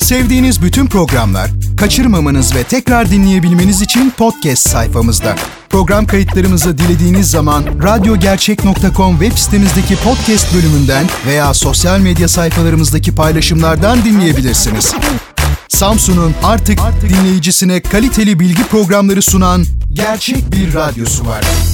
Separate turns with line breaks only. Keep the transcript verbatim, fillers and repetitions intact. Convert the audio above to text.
Sevdiğiniz bütün programlar kaçırmamanız ve tekrar dinleyebilmeniz için podcast sayfamızda. Program kayıtlarımızı dilediğiniz zaman radyo gercek nokta com web sitemizdeki podcast bölümünden veya sosyal medya sayfalarımızdaki paylaşımlardan dinleyebilirsiniz. Samsun'un artık dinleyicisine kaliteli bilgi programları sunan gerçek bir radyosu var.